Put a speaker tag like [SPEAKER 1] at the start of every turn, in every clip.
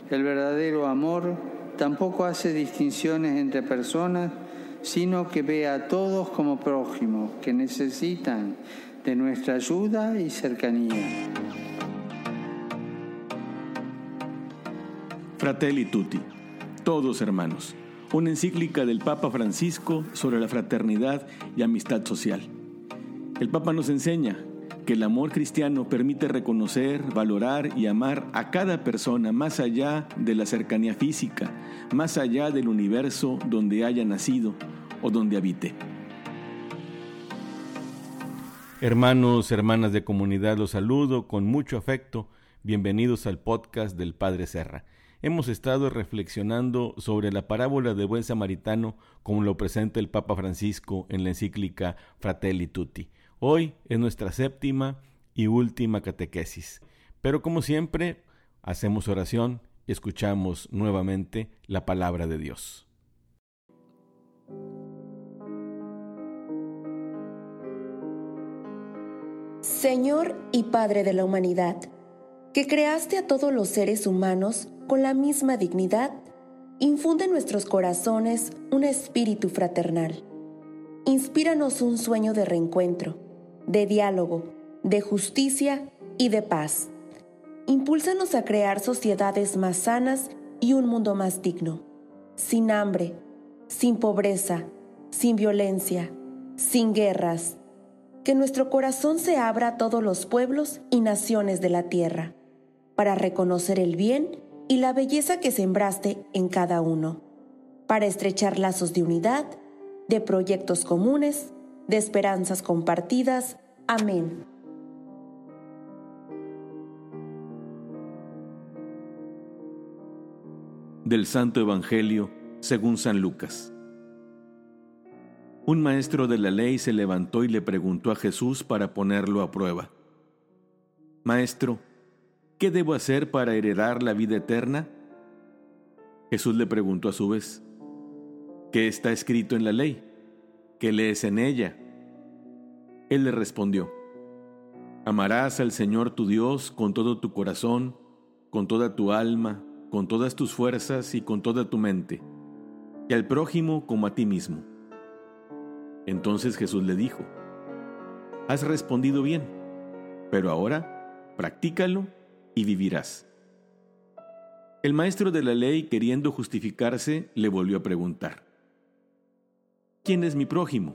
[SPEAKER 1] El verdadero amor tampoco hace distinciones entre personas, sino que ve a todos como prójimos que necesitan de nuestra ayuda y cercanía.
[SPEAKER 2] Fratelli Tutti, todos hermanos, una encíclica del Papa Francisco sobre la fraternidad y amistad social. El Papa nos enseña que el amor cristiano permite reconocer, valorar y amar a cada persona más allá de la cercanía física, más allá del universo donde haya nacido o donde habite. Hermanos, hermanas de comunidad, los saludo con mucho afecto. Bienvenidos al podcast del Padre Serra. Hemos estado reflexionando sobre la parábola del buen samaritano como lo presenta el Papa Francisco en la encíclica Fratelli Tutti. Hoy es nuestra séptima y última catequesis. Pero como siempre, hacemos oración y escuchamos nuevamente la palabra de Dios.
[SPEAKER 3] Señor y Padre de la humanidad, que creaste a todos los seres humanos con la misma dignidad, infunde en nuestros corazones un espíritu fraternal. Inspíranos un sueño de reencuentro, de diálogo, de justicia y de paz. Impúlsanos a crear sociedades más sanas y un mundo más digno, sin hambre, sin pobreza, sin violencia, sin guerras. Que nuestro corazón se abra a todos los pueblos y naciones de la tierra, para reconocer el bien y la belleza que sembraste en cada uno, para estrechar lazos de unidad, de proyectos comunes, de esperanzas compartidas. Amén.
[SPEAKER 2] Del Santo Evangelio según San Lucas. Un maestro de la ley se levantó y le preguntó a Jesús para ponerlo a prueba: Maestro, ¿qué debo hacer para heredar la vida eterna? Jesús le preguntó a su vez: ¿Qué está escrito en la ley? ¿Qué lees en ella? Él le respondió: Amarás al Señor tu Dios con todo tu corazón, con toda tu alma, con todas tus fuerzas y con toda tu mente, y al prójimo como a ti mismo. Entonces Jesús le dijo: Has respondido bien, pero ahora practícalo y vivirás. El maestro de la ley, queriendo justificarse, le volvió a preguntar: ¿Quién es mi prójimo?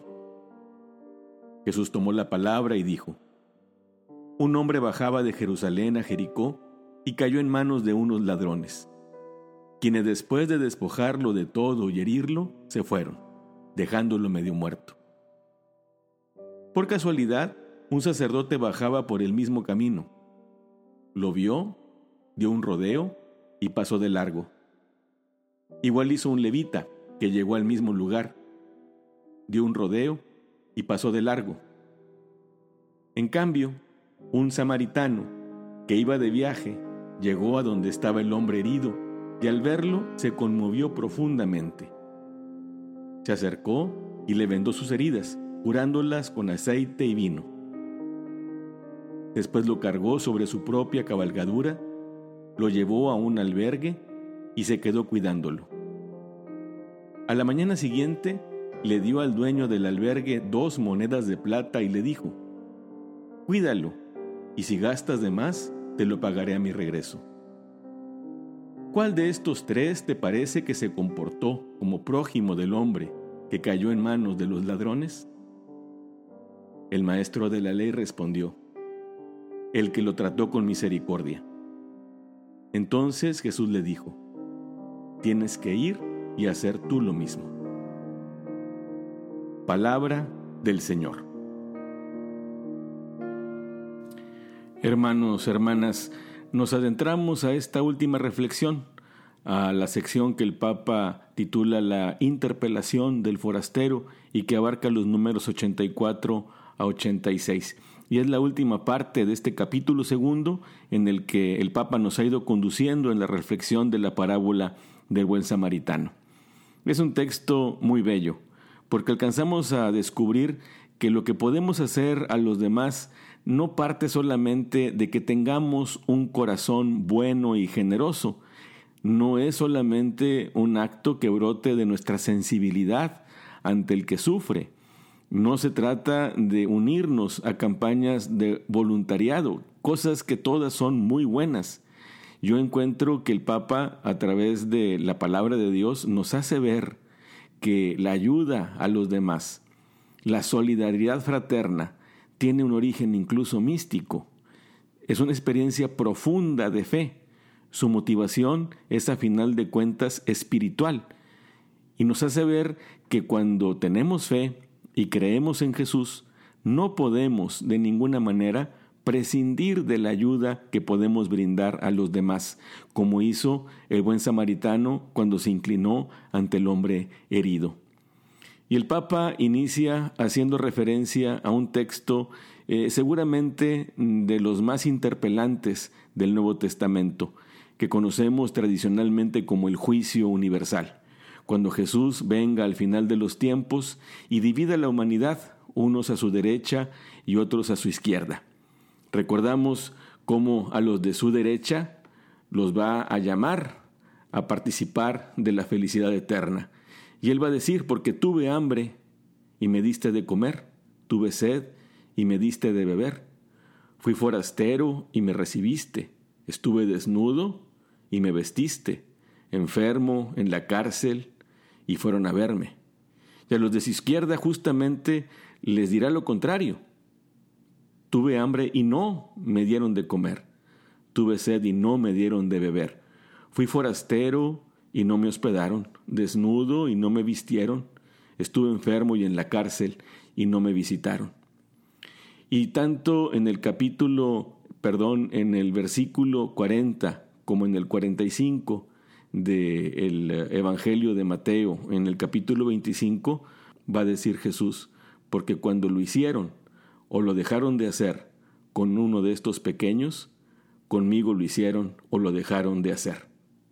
[SPEAKER 2] Jesús tomó la palabra y dijo: Un hombre bajaba de Jerusalén a Jericó y cayó en manos de unos ladrones, quienes después de despojarlo de todo y herirlo, se fueron, dejándolo medio muerto. Por casualidad, un sacerdote bajaba por el mismo camino. Lo vio, dio un rodeo y pasó de largo. Igual hizo un levita, que llegó al mismo lugar, dio un rodeo y pasó de largo. En cambio, un samaritano, que iba de viaje, llegó a donde estaba el hombre herido y al verlo se conmovió profundamente. Se acercó y le vendó sus heridas, curándolas con aceite y vino. Después lo cargó sobre su propia cabalgadura, lo llevó a un albergue y se quedó cuidándolo. A la mañana siguiente le dio al dueño del albergue 2 monedas de plata y le dijo: Cuídalo, y si gastas de más, te lo pagaré a mi regreso. ¿Cuál de estos 3 te parece que se comportó como prójimo del hombre que cayó en manos de los ladrones? El maestro de la ley respondió: El que lo trató con misericordia. Entonces Jesús le dijo: Tienes que ir y hacer tú lo mismo. Palabra del Señor. Hermanos, hermanas, nos adentramos a esta última reflexión, a la sección que el Papa titula La interpelación del forastero y que abarca los números 84 a 86. Y es la última parte de este capítulo 2 en el que el Papa nos ha ido conduciendo en la reflexión de la parábola del buen samaritano. Es un texto muy bello, porque alcanzamos a descubrir que lo que podemos hacer a los demás no parte solamente de que tengamos un corazón bueno y generoso, no es solamente un acto que brote de nuestra sensibilidad ante el que sufre. No se trata de unirnos a campañas de voluntariado, cosas que todas son muy buenas. Yo encuentro que el Papa, a través de la palabra de Dios, nos hace ver que la ayuda a los demás, la solidaridad fraterna, tiene un origen incluso místico. Es una experiencia profunda de fe. Su motivación es, a final de cuentas, espiritual. Y nos hace ver que cuando tenemos fe y creemos en Jesús, no podemos de ninguna manera prescindir de la ayuda que podemos brindar a los demás, como hizo el buen samaritano cuando se inclinó ante el hombre herido. Y el Papa inicia haciendo referencia a un texto seguramente de los más interpelantes del Nuevo Testamento, que conocemos tradicionalmente como el juicio universal, cuando Jesús venga al final de los tiempos y divida a la humanidad, unos a su derecha y otros a su izquierda. Recordamos cómo a los de su derecha los va a llamar a participar de la felicidad eterna. Y Él va a decir, porque tuve hambre y me diste de comer, tuve sed y me diste de beber, fui forastero y me recibiste, estuve desnudo y me vestiste, enfermo en la cárcel y fueron a verme. Y a los de su izquierda justamente les dirá lo contrario. Tuve hambre y no me dieron de comer, tuve sed y no me dieron de beber, fui forastero y no me hospedaron, desnudo y no me vistieron, estuve enfermo y en la cárcel y no me visitaron. Y tanto en el versículo 40 como en el 45 del Evangelio de Mateo, en el capítulo 25, va a decir Jesús, porque cuando lo hicieron o lo dejaron de hacer con uno de estos pequeños, conmigo lo hicieron o lo dejaron de hacer.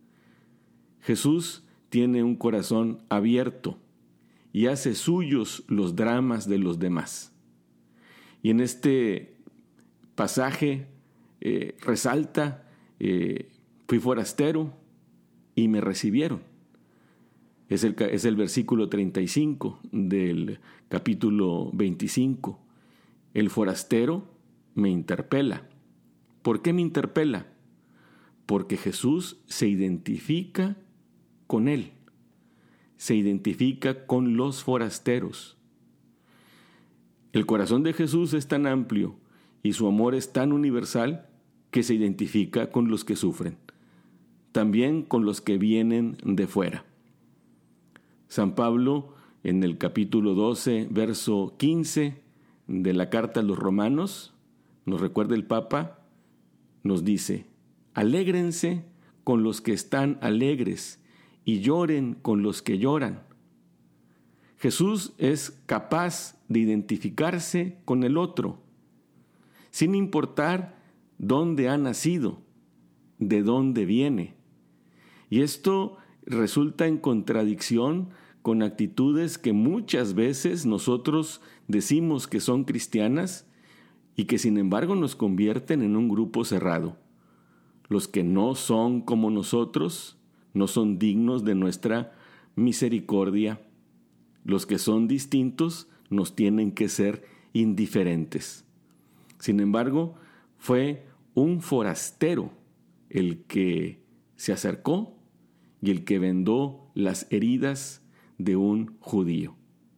[SPEAKER 2] Jesús tiene un corazón abierto y hace suyos los dramas de los demás. Y en este pasaje resalta, fui forastero y me recibieron. Es el versículo 35 del capítulo 25. El forastero me interpela. ¿Por qué me interpela? Porque Jesús se identifica con él, se identifica con los forasteros. El corazón de Jesús es tan amplio y su amor es tan universal que se identifica con los que sufren, también con los que vienen de fuera. San Pablo, en el capítulo 12, verso 15 de la carta a los Romanos, nos recuerda el Papa, nos dice: alégrense con los que están alegres y lloren con los que lloran. Jesús es capaz de identificarse con el otro, sin importar dónde ha nacido, de dónde viene. Y esto resulta en contradicción con actitudes que muchas veces nosotros decimos que son cristianas y que sin embargo nos convierten en un grupo cerrado. Los que no son como nosotros no son dignos de nuestra misericordia. Los que son distintos nos tienen que ser indiferentes. Sin embargo, fue un forastero el que se acercó y el que vendó las heridas de un judío.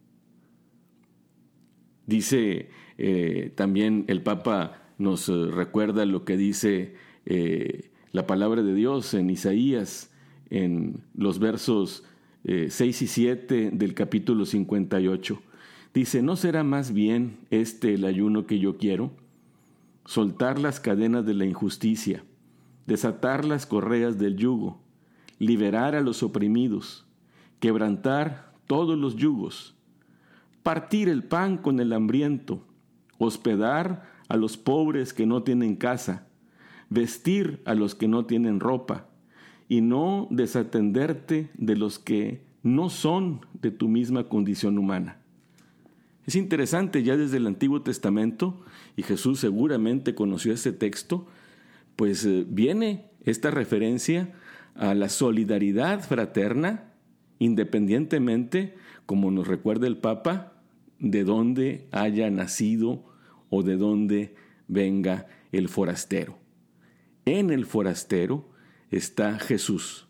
[SPEAKER 2] Dice también el Papa, nos recuerda lo que dice la palabra de Dios en Isaías, en los versos 6 y 7 del capítulo 58. Dice: ¿no será más bien el ayuno que yo quiero? Soltar las cadenas de la injusticia, desatar las correas del yugo, liberar a los oprimidos, quebrantar todos los yugos, partir el pan con el hambriento, hospedar a los pobres que no tienen casa, vestir a los que no tienen ropa, y no desatenderte de los que no son de tu misma condición humana. Es interesante, ya desde el Antiguo Testamento, y Jesús seguramente conoció este texto, pues viene esta referencia a la solidaridad fraterna, independientemente, como nos recuerda el Papa, de dónde haya nacido o de dónde venga el forastero. En el forastero está Jesús.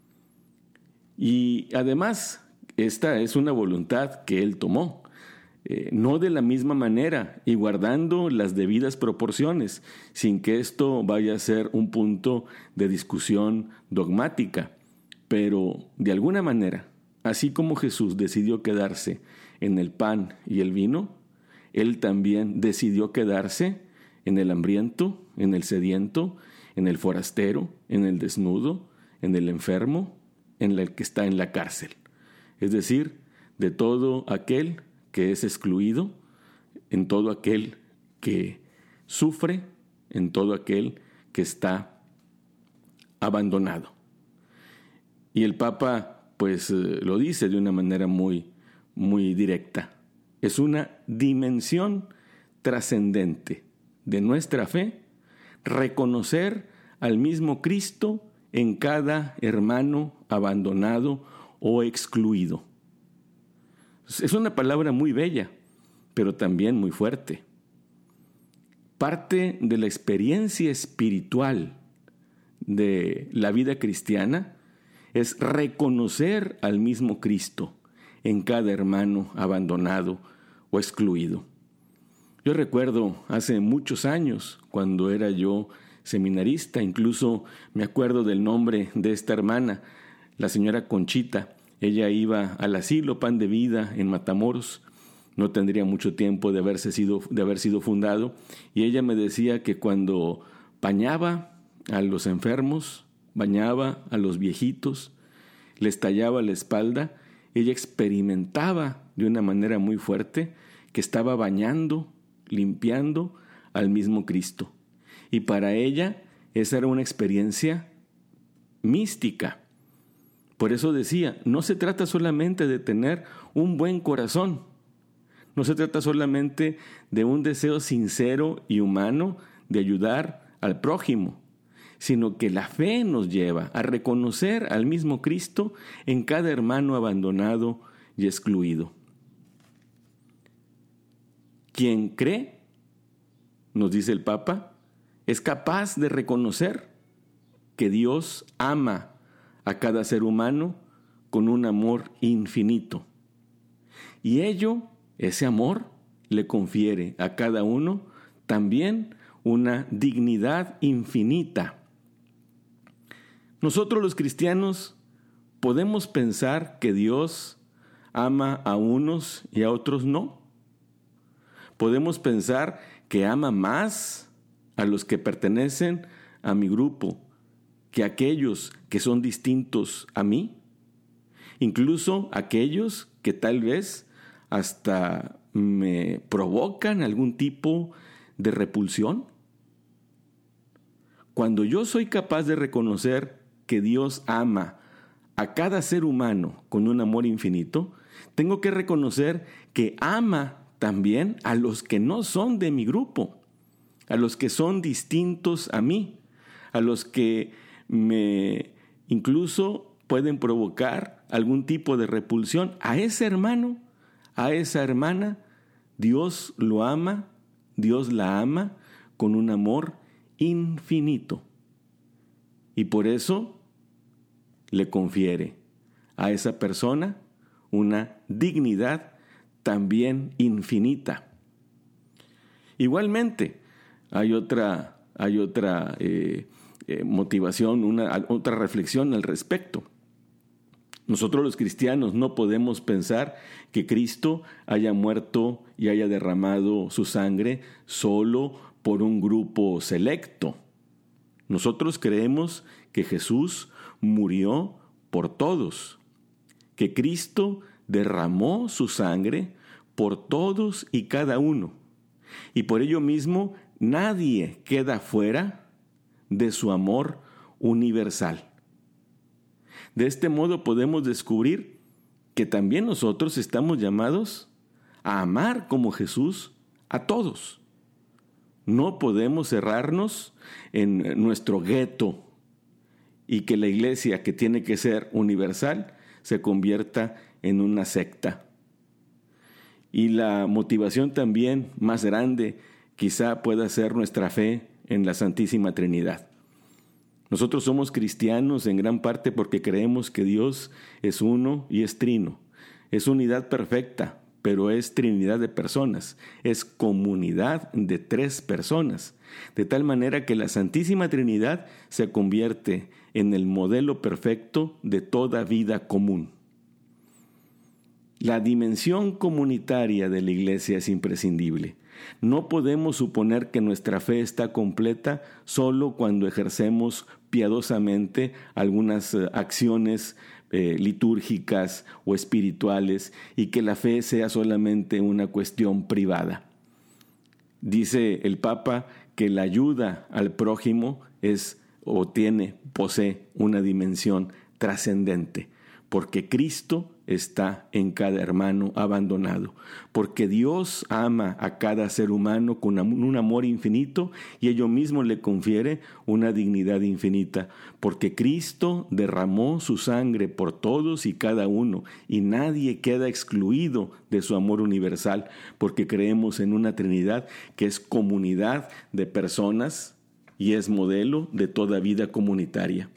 [SPEAKER 2] Y además, esta es una voluntad que Él tomó. No de la misma manera y guardando las debidas proporciones, sin que esto vaya a ser un punto de discusión dogmática. Pero de alguna manera, así como Jesús decidió quedarse en el pan y el vino, Él también decidió quedarse en el hambriento, en el sediento, en el forastero, en el desnudo, en el enfermo, en el que está en la cárcel. Es decir, de todo aquel que es excluido, en todo aquel que sufre, en todo aquel que está abandonado. Y el Papa, pues, lo dice de una manera muy, muy directa. Es una dimensión trascendente de nuestra fe reconocer al mismo Cristo en cada hermano abandonado o excluido. Es una palabra muy bella, pero también muy fuerte. Parte de la experiencia espiritual de la vida cristiana es reconocer al mismo Cristo en cada hermano abandonado o excluido. Yo recuerdo hace muchos años, cuando era yo seminarista, incluso me acuerdo del nombre de esta hermana, la señora Conchita. Ella iba al asilo Pan de Vida en Matamoros, no tendría mucho tiempo de haber sido fundado, y ella me decía que cuando bañaba a los enfermos, bañaba a los viejitos, les tallaba la espalda, ella experimentaba de una manera muy fuerte que estaba bañando, limpiando al mismo Cristo. Y para ella esa era una experiencia mística. Por eso decía, no se trata solamente de tener un buen corazón, no se trata solamente de un deseo sincero y humano de ayudar al prójimo, sino que la fe nos lleva a reconocer al mismo Cristo en cada hermano abandonado y excluido. Quien cree, nos dice el Papa, es capaz de reconocer que Dios ama a cada ser humano con un amor infinito. Y ese amor, le confiere a cada uno también una dignidad infinita. Nosotros los cristianos podemos pensar que Dios ama a unos y a otros no. Podemos pensar que ama más a los que pertenecen a mi grupo que aquellos que son distintos a mí, incluso aquellos que tal vez hasta me provocan algún tipo de repulsión. Cuando yo soy capaz de reconocer que Dios ama a cada ser humano con un amor infinito, tengo que reconocer que ama también a los que no son de mi grupo, a los que son distintos a mí, a los que me incluso pueden provocar algún tipo de repulsión. A ese hermano, a esa hermana, Dios lo ama, Dios la ama con un amor infinito. Y por eso le confiere a esa persona una dignidad también infinita. Igualmente, hay otra motivación, otra reflexión al respecto. Nosotros los cristianos no podemos pensar que Cristo haya muerto y haya derramado su sangre solo por un grupo selecto. Nosotros creemos que Jesús murió por todos, que Cristo derramó su sangre por todos y cada uno, y por ello mismo nadie queda fuera de su amor universal. De este modo podemos descubrir que también nosotros estamos llamados a amar como Jesús a todos. No podemos cerrarnos en nuestro gueto y que la iglesia, que tiene que ser universal, se convierta en una secta. Y la motivación también más grande quizá pueda ser nuestra fe en la Santísima Trinidad. Nosotros somos cristianos en gran parte porque creemos que Dios es uno y es trino. Es unidad perfecta, pero es trinidad de personas. Es comunidad de 3 personas. De tal manera que la Santísima Trinidad se convierte en el modelo perfecto de toda vida común. La dimensión comunitaria de la Iglesia es imprescindible. No podemos suponer que nuestra fe está completa solo cuando ejercemos piadosamente algunas acciones litúrgicas o espirituales y que la fe sea solamente una cuestión privada. Dice el Papa que la ayuda al prójimo posee una dimensión trascendente, porque Cristo está en cada hermano abandonado, porque Dios ama a cada ser humano con un amor infinito y ello mismo le confiere una dignidad infinita, porque Cristo derramó su sangre por todos y cada uno y nadie queda excluido de su amor universal, porque creemos en una Trinidad que es comunidad de personas y es modelo de toda vida comunitaria.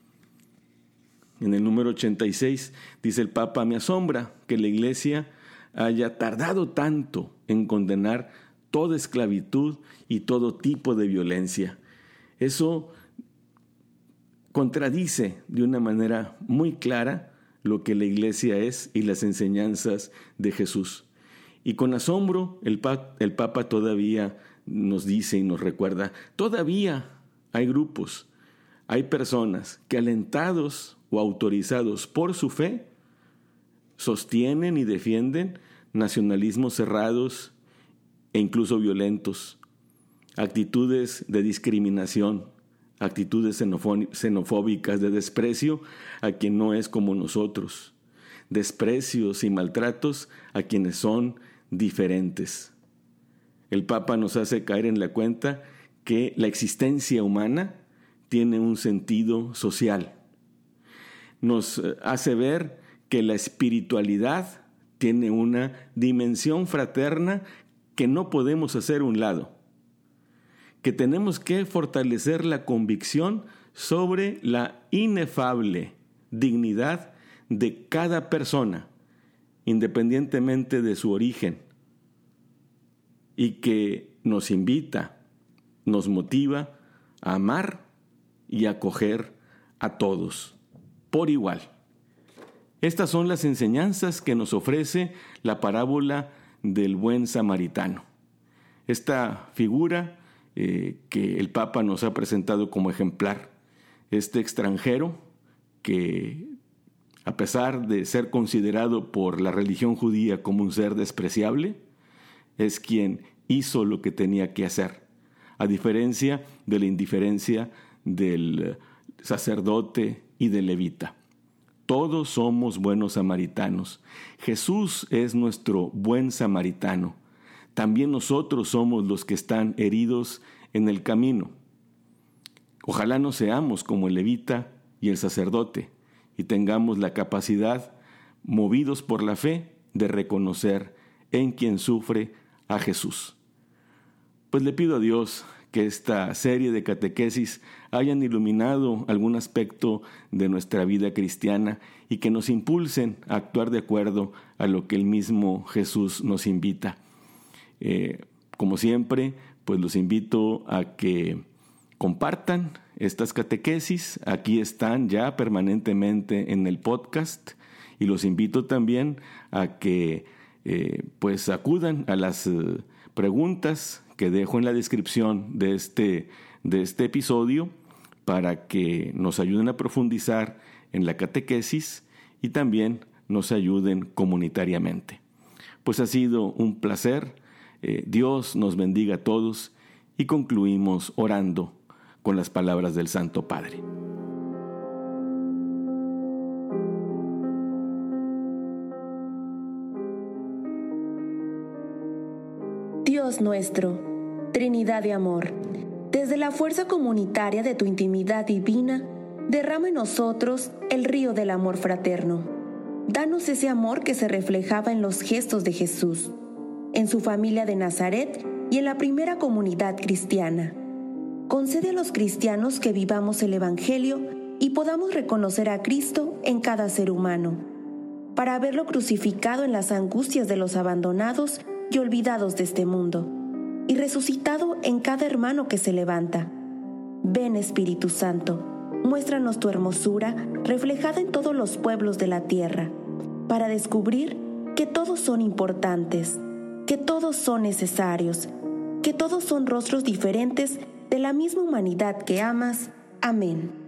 [SPEAKER 2] En el número 86 dice el Papa: me asombra que la Iglesia haya tardado tanto en condenar toda esclavitud y todo tipo de violencia. Eso contradice de una manera muy clara lo que la Iglesia es y las enseñanzas de Jesús. Y con asombro el Papa todavía nos dice y nos recuerda: todavía hay grupos, hay personas que, alentados o autorizados por su fe, sostienen y defienden nacionalismos cerrados e incluso violentos, actitudes de discriminación, actitudes xenofóbicas de desprecio a quien no es como nosotros, desprecios y maltratos a quienes son diferentes. El Papa nos hace caer en la cuenta que la existencia humana tiene un sentido social. Nos hace ver que la espiritualidad tiene una dimensión fraterna que no podemos hacer a un lado, que tenemos que fortalecer la convicción sobre la inefable dignidad de cada persona, independientemente de su origen, y que nos invita, nos motiva a amar y acoger a todos por igual. Estas son las enseñanzas que nos ofrece la parábola del buen samaritano. Esta figura que el Papa nos ha presentado como ejemplar, este extranjero que, a pesar de ser considerado por la religión judía como un ser despreciable, es quien hizo lo que tenía que hacer, a diferencia de la indiferencia del sacerdote y del levita. Todos somos buenos samaritanos. Jesús es nuestro buen samaritano. También nosotros somos los que están heridos en el camino. Ojalá no seamos como el levita y el sacerdote y tengamos la capacidad, movidos por la fe, de reconocer en quien sufre a Jesús. Pues le pido a Dios que esta serie de catequesis hayan iluminado algún aspecto de nuestra vida cristiana y que nos impulsen a actuar de acuerdo a lo que el mismo Jesús nos invita. Como siempre, pues los invito a que compartan estas catequesis. Aquí están ya permanentemente en el podcast y los invito también a que pues acudan a las preguntas que dejo en la descripción de este episodio para que nos ayuden a profundizar en la catequesis y también nos ayuden comunitariamente. Pues ha sido un placer. Dios nos bendiga a todos y concluimos orando con las palabras del Santo Padre.
[SPEAKER 3] Dios nuestro, Trinidad de amor, desde la fuerza comunitaria de tu intimidad divina, derrama en nosotros el río del amor fraterno. Danos ese amor que se reflejaba en los gestos de Jesús, en su familia de Nazaret y en la primera comunidad cristiana. Concede a los cristianos que vivamos el Evangelio y podamos reconocer a Cristo en cada ser humano, para verlo crucificado en las angustias de los abandonados y olvidados de este mundo, y resucitado en cada hermano que se levanta. Ven, Espíritu Santo, muéstranos tu hermosura reflejada en todos los pueblos de la tierra, para descubrir que todos son importantes, que todos son necesarios, que todos son rostros diferentes de la misma humanidad que amas. Amén.